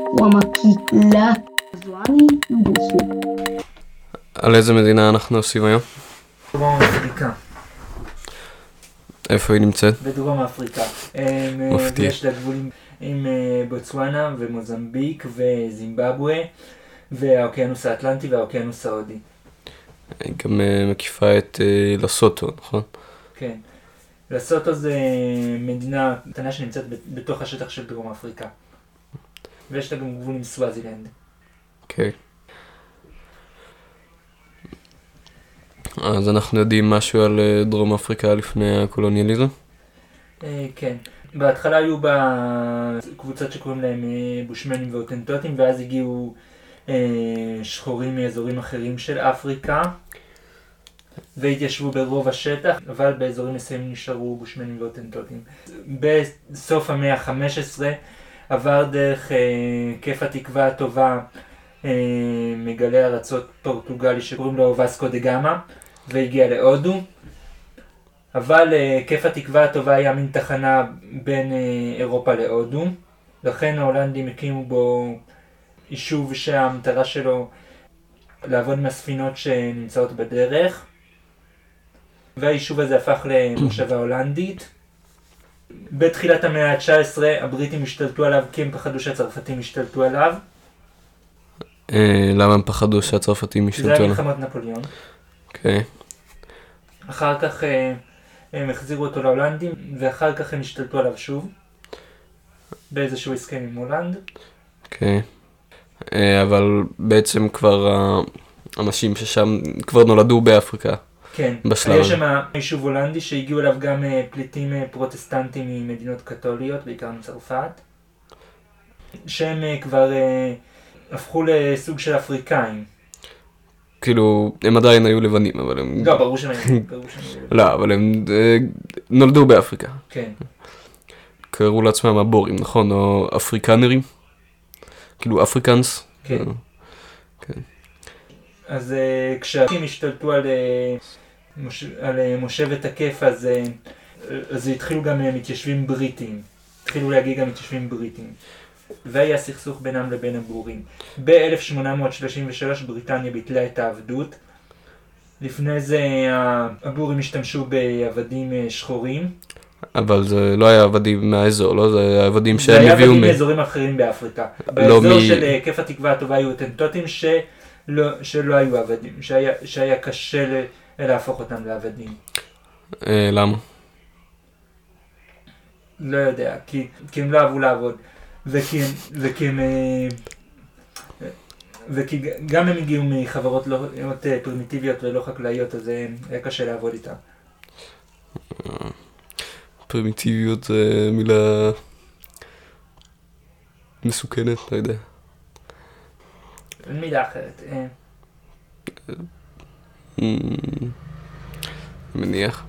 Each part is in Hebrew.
ומקהילה זואני בוסו. על איזה מדינה אנחנו עושים היום? דרום אפריקה. איפה היא נמצאת? בדרום אפריקה. מפתיע. יש לה גבולים עם בוטסואנה ומוזמביק וזימבבואה והאוקיינוס האטלנטי והאוקיינוס ההודי. היא גם מקיפה את לסוטו, נכון? כן. לסוטו זה מדינה קטנה שנמצאת בתוך השטח של דרום אפריקה. ויש לה גם גבול עם סוואזילנד. אוקיי. אז אנחנו יודעים משהו על דרום אפריקה לפני הקולוניאליזם? כן. בהתחלה היו בקבוצות שקוראים להם בושמנים ואוטנטוטים, ואז הגיעו שחורים מאזורים אחרים של אפריקה, והתיישבו ברוב השטח, אבל באזורים מסוימים נשארו בושמנים ואוטנטוטים. בסוף המאה ה-15 עבר דרך כיף התקווה הטובה מגלי ארצות פורטוגלי שקוראים לו וסקו דה גאמה, והגיע להודו. אבל כיף התקווה הטובה היה מין תחנה בין אירופה להודו, לכן ההולנדים הקימו בו יישוב שהמטרה שלו לעבוד מהספינות שנמצאות בדרך, והיישוב הזה הפך למושבה הולנדית. בתחילת המאה ה-19 הבריטים השתלטו עליו כי הם פחדו שהצרפתים השתלטו עליו. למה הם פחדו שהצרפתים השתלטו זה היה עליו? מלחמת נפוליאון. אוקיי. אחר כך הם החזירו אותו להולנדים, ואחר כך הם השתלטו עליו שוב, באיזשהו הסכם עם הולנד. אוקיי. אבל בעצם כבר האנשים ששם כבר נולדו באפריקה. כן, בשלב היה הזה. שם יישוב הולנדי שהגיעו אליו גם פליטים פרוטסטנטים ממדינות קתוליות, בעיקר מצרפת, שהם כבר הפכו לסוג של אפריקאים. כאילו, הם עדיין היו לבנים, אבל הם... לא, ברור שהם היו. לא, אבל הם נולדו באפריקה. כן, קראו לעצמם הבורים, נכון? או אפריקנרים? כאילו אפריקנס? כן. אז כשהאקים השתלטו על מושבת הכיף, אז התחילו גם מתיישבים בריטים. התחילו להגיע גם מתיישבים בריטים. והיה סכסוך בינם לבין הבורים. ב-1833 בריטניה ביטלה את העבדות. לפני זה הבורים השתמשו בעבדים שחורים. אבל זה לא היה עבדים מהאזור, לא? זה היה עבדים זה שהם היה הביאו עבדים מאזורים אחרים באפריקה. באזור של כיף התקווה הטובה היו אותנטוטים שלא היו עבדים, שהיה קשה להפוך אותם לעבדים. למה? לא יודע, כי הם לא אהבו לעבוד, וכי גם הם הגיעו מחברות לא פרימיטיביות ולא חקלאיות, אז היה קשה לעבוד איתם. פרימיטיביות זה מילה מסוכנת, לא יודע. אין מילה אחרת. מניח.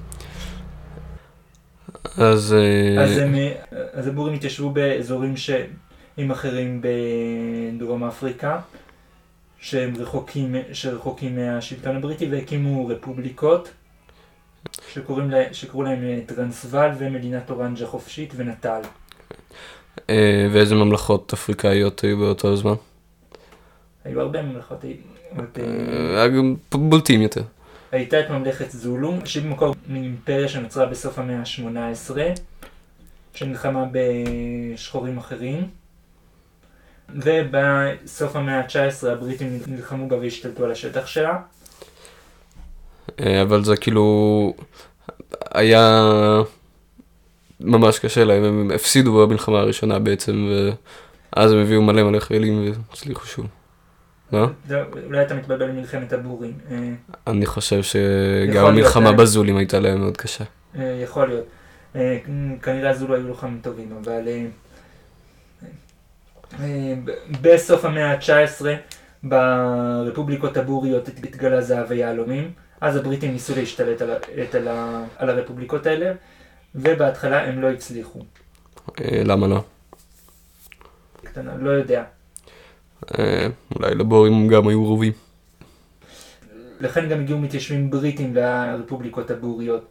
אז הבורים התיישבו באזורים עם אחרים בדרום אפריקה, שהם רחוקים מהשלטון הבריטי, והקימו רפובליקות שקראו להם טרנסוול ומדינת אורנג'ה חופשית ונטל. ואיזה ממלכות אפריקאיות היו באותו זמן? היו הרבה ממלכות, בולטים יותר. הייתה את ממלכת זולו, שהיא במקור מאימפריה שנוצרה בסוף המאה ה-18, שנלחמה בשחורים אחרים, ובסוף המאה ה-19 הבריטים נלחמו בה והשתלטו על השטח שלה. אבל זה כאילו היה ממש קשה להם, הם הפסידו במלחמה הראשונה בעצם, ואז הם הביאו מלא חיילים והצליחו שוב. לא? אולי אתה מתבלבל עם מלחמת הבורים. אני חושב שגם המלחמה בזולים הייתה להם מאוד קשה. יכול להיות. כנראה הזולו היו לוחמים טובים, אבל בסוף המאה ה-19 ברפובליקות הבוריות התגלה זהב ויהלומים, אז הבריטים ניסו להשתלט על הרפובליקות האלה, ובהתחלה הם לא הצליחו. למה לא? קטנה, לא יודע. אולי לבורים גם היו רובים. לכן גם הגיעו מתיישבים בריטים לרפובליקות הבוריות.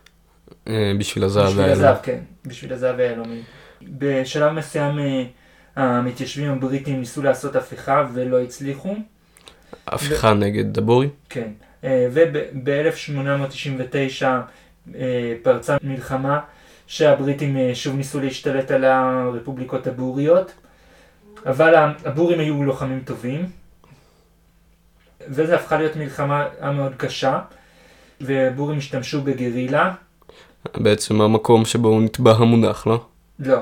בשביל הזהב בשביל הזהב, כן. בשביל הזהב והיהלומים. בשלב מסוים המתיישבים הבריטים ניסו לעשות הפיכה ולא הצליחו. הפיכה נגד הבורים? כן. וב-1899 פרצה מלחמה שהבריטים שוב ניסו להשתלט על הרפובליקות הבוריות, אבל הבורים היו לוחמים טובים, וזה הפכה להיות מלחמה מאוד קשה, ובורים השתמשו בגרילה. בעצם המקום שבו הוא נטבע המונח, לא? לא.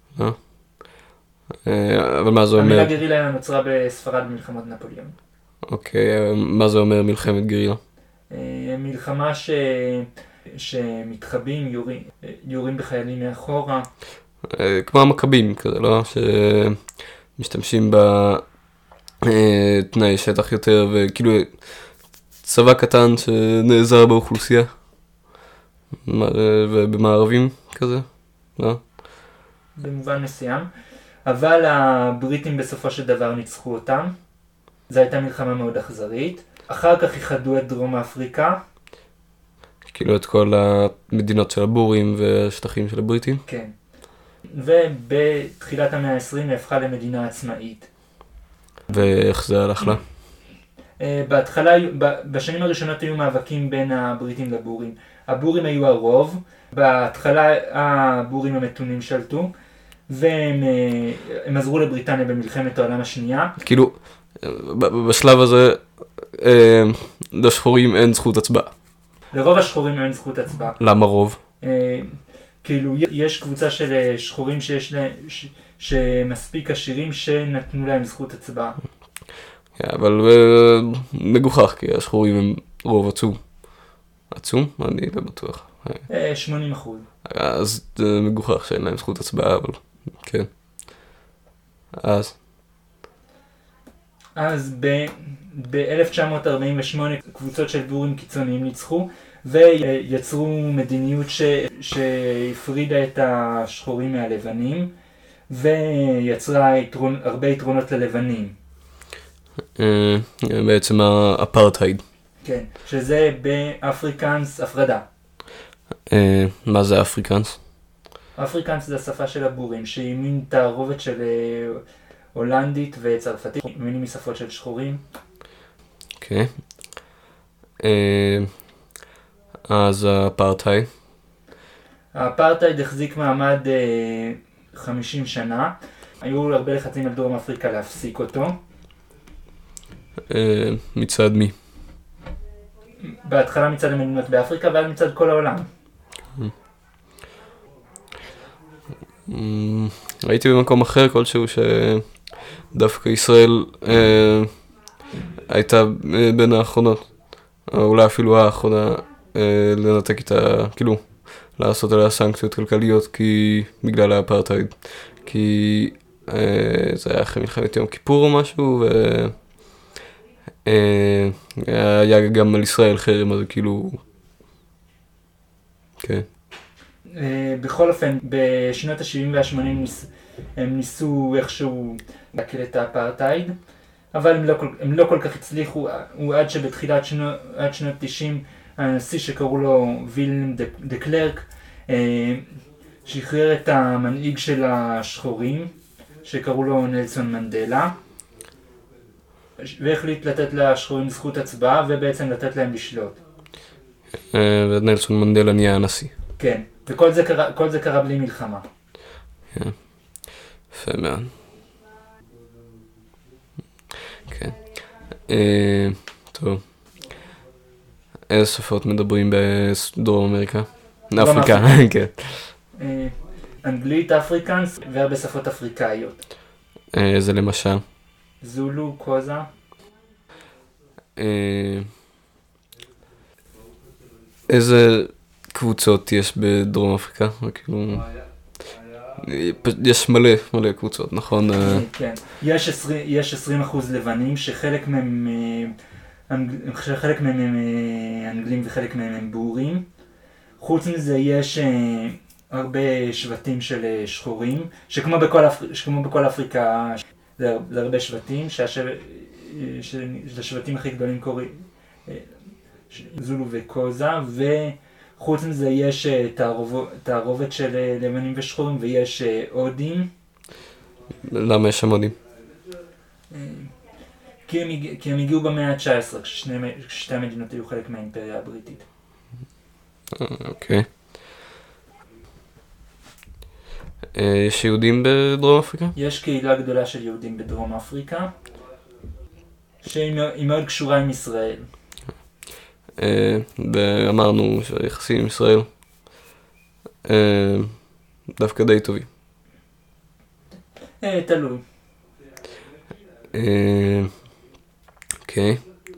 אבל מה זה אומר? המילה גרילה נוצרה בספרד במלחמת נפוליאון. אוקיי, מה זה אומר מלחמת גרילה? מלחמה שמתחבאים, יורים בחיילים מאחורה. כמו המכבים כזה, לא? שמשתמשים בתנאי שטח יותר, וכאילו צבא קטן שנעזר באוכלוסייה. ובמערבים כזה, לא? במובן מסוים. אבל הבריטים בסופו של דבר ניצחו אותם. זו הייתה מלחמה מאוד אכזרית. אחר כך איחדו את דרום אפריקה. כאילו את כל המדינות של הבורים והשטחים של הבריטים? כן. ובתחילת המאה ה-20 היא הפכה למדינה עצמאית. ואיך זה הלך לה? בהתחלה, בשנים הראשונות היו מאבקים בין הבריטים לבורים. הבורים היו הרוב. בהתחלה הבורים המתונים שלטו. והם עזרו לבריטניה במלחמת העולם השנייה. כאילו, בשלב הזה לשחורים אין זכות הצבעה. לרוב השחורים אין זכות הצבעה. למה רוב? כאילו, יש קבוצה של שחורים שמספיק עשירים שנתנו להם זכות הצבעה. אבל מגוחך, כי השחורים הם רוב עצום. עצום? אני לא בטוח. 80%. אז זה מגוחך שאין להם זכות הצבעה, אבל כן. אז ב-1948 קבוצות של בורים קיצוניים ניצחו ויצרו מדיניות שהפרידה את השחורים מהלבנים ויצרה הרבה יתרונות ללבנים. בעצם האפרטהייד. כן, שזה באפריקאנס הפרדה. מה זה אפריקאנס? אפריקאנס זה השפה של הבורים, שהיא מין תערובת של הולנדית וצרפתית, מינים משפות של שחורים. אוקיי. אז האפרטהייד? האפרטהייד החזיק מעמד 50 שנה. היו הרבה לחצים על דרום אפריקה להפסיק אותו. מצד מי? בהתחלה מצד המדינות באפריקה ועד מצד כל העולם. הייתי במקום אחר כלשהו שדווקא ישראל הייתה בין האחרונות, אולי אפילו האחרונה לנתק איתה, כאילו לעשות עליה סנקציות כלכליות בגלל האפרטהייד, כי זה היה אחרי מלחמת יום כיפור או משהו, היה גם על ישראל חרם, אז כאילו כן. בכל אופן, בשנות ה-70 וה-80 הם ניסו איכשהו להקל את האפרטהייד, אבל הם לא כל כך הצליחו, עד שבתחילת שנות 90 הנשיא שקראו לו וילם דה קלרק שחרר את המנהיג של השחורים שקראו לו נלסון מנדלה, והחליט לתת לשחורים זכות הצבעה ובעצם לתת להם לשלוט. ונלסון מנדלה נהיה הנשיא. כן, וכל זה קרה בלי מלחמה. כן, יפה מאוד. כן. טוב. איזה שפות מדברים בדרום אמריקה? אפריקה, כן. אנגלית, אפריקאנס והרבה שפות אפריקאיות. איזה למשל? זולו, קוזה. איזה קבוצות יש בדרום אפריקה? כאילו יש מלא קבוצות, נכון? כן. יש 20% לבנים שחלק מהם אנגלים וחלק מהם הם בורים. חוץ מזה יש הרבה שבטים של שחורים, שכמו בכל אפריקה זה הרבה שבטים, שהשבטים הכי גדולים קוראים זולו וקוזה, וחוץ מזה יש תערובת של לבנים ושחורים ויש הודים. למה יש המונים? כי הם הגיעו במאה ה-19, כששתי המדינות היו חלק מהאימפריה הבריטית. אוקיי. יש יהודים בדרום אפריקה? יש קהילה גדולה של יהודים בדרום אפריקה, שהיא מאוד קשורה עם ישראל. ואמרנו שהיחסים עם ישראל דווקא די טובים. תלוי. אוקיי.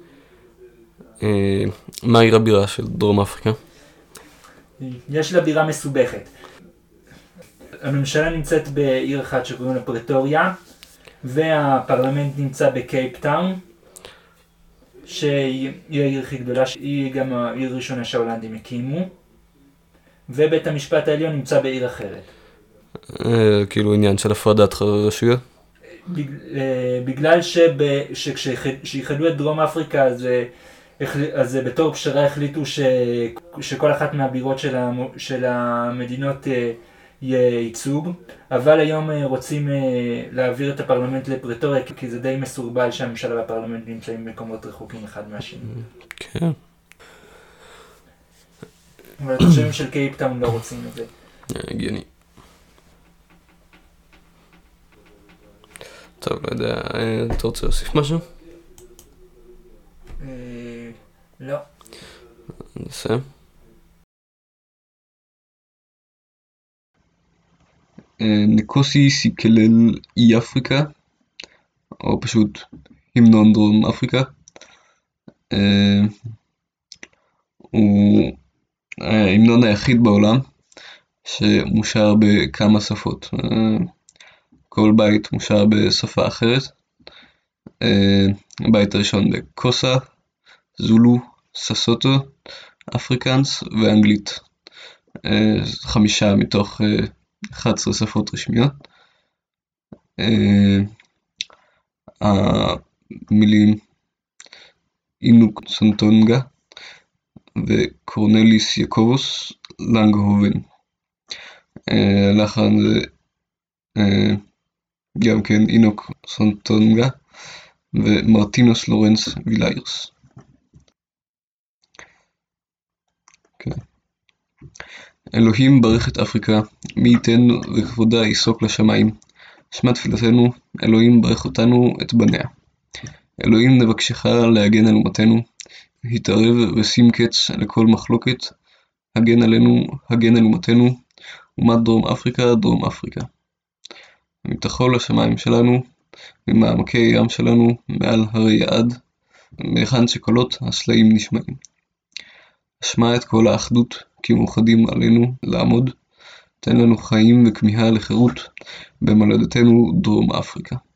מה עיר הבירה של דרום אפריקה? יש לה בירה מסובכת. הממשלה נמצאת בעיר אחת שקוראים לה פרטוריה, והפרלמנט נמצא בקייפ טאון, שהיא העיר הכי גדולה, היא גם העיר הראשונה שההולנדים הקימו, ובית המשפט העליון נמצא בעיר אחרת. כאילו עניין של הפרדת רשויות? בגלל שכשיחדו את דרום אפריקה, אז בתור פשרה החליטו שכל אחת מהבירות של המדינות יהיה ייצוג, אבל היום רוצים להעביר את הפרלמנט לפרטוריה, כי זה די מסורבל שהממשלה והפרלמנט נמצאים במקומות רחוקים אחד מהשני. כן. אבל התושבים של קייפטאון לא רוצים את זה. הגיוני. טוב, לא יודע, אתה רוצה להוסיף משהו? לא. נסיים. נקוסי סיקלל אי אפריקה, או פשוט המנון דרום אפריקה. הוא ההמנון היחיד בעולם שמושר בכמה שפות. כל בית מושר בשפה אחרת. הבית הראשון בקוסה, זולו, ססוטו, אפריקאנס ואנגלית. 5 מתוך 11 שפות רשמיות. המילים אינוק סנטונגה וקורנליס יקובוס לנגהובן. לאחר זה גם כן אינוק סנטונגה ומרטינוס לורנס ויליירס. אלוהים ברך את אפריקה, מי ייתן וכבודה יסוק לשמיים. שמע תפילתנו, אלוהים ברך אותנו את בניה. אלוהים נבקשך להגן על אומתנו, התערב ושים קץ לכל מחלוקת, הגן עלינו, הגן על אומתנו, אומת דרום אפריקה, דרום אפריקה. מתחול השמיים שלנו, ממעמקי ים שלנו, מעל הרי יעד, מהיכן שקולות הסלעים נשמעים. שמע את כל האחדות, כי מאוחדים עלינו לעמוד, תן לנו חיים וכמיהה לחירות במולדתנו דרום אפריקה.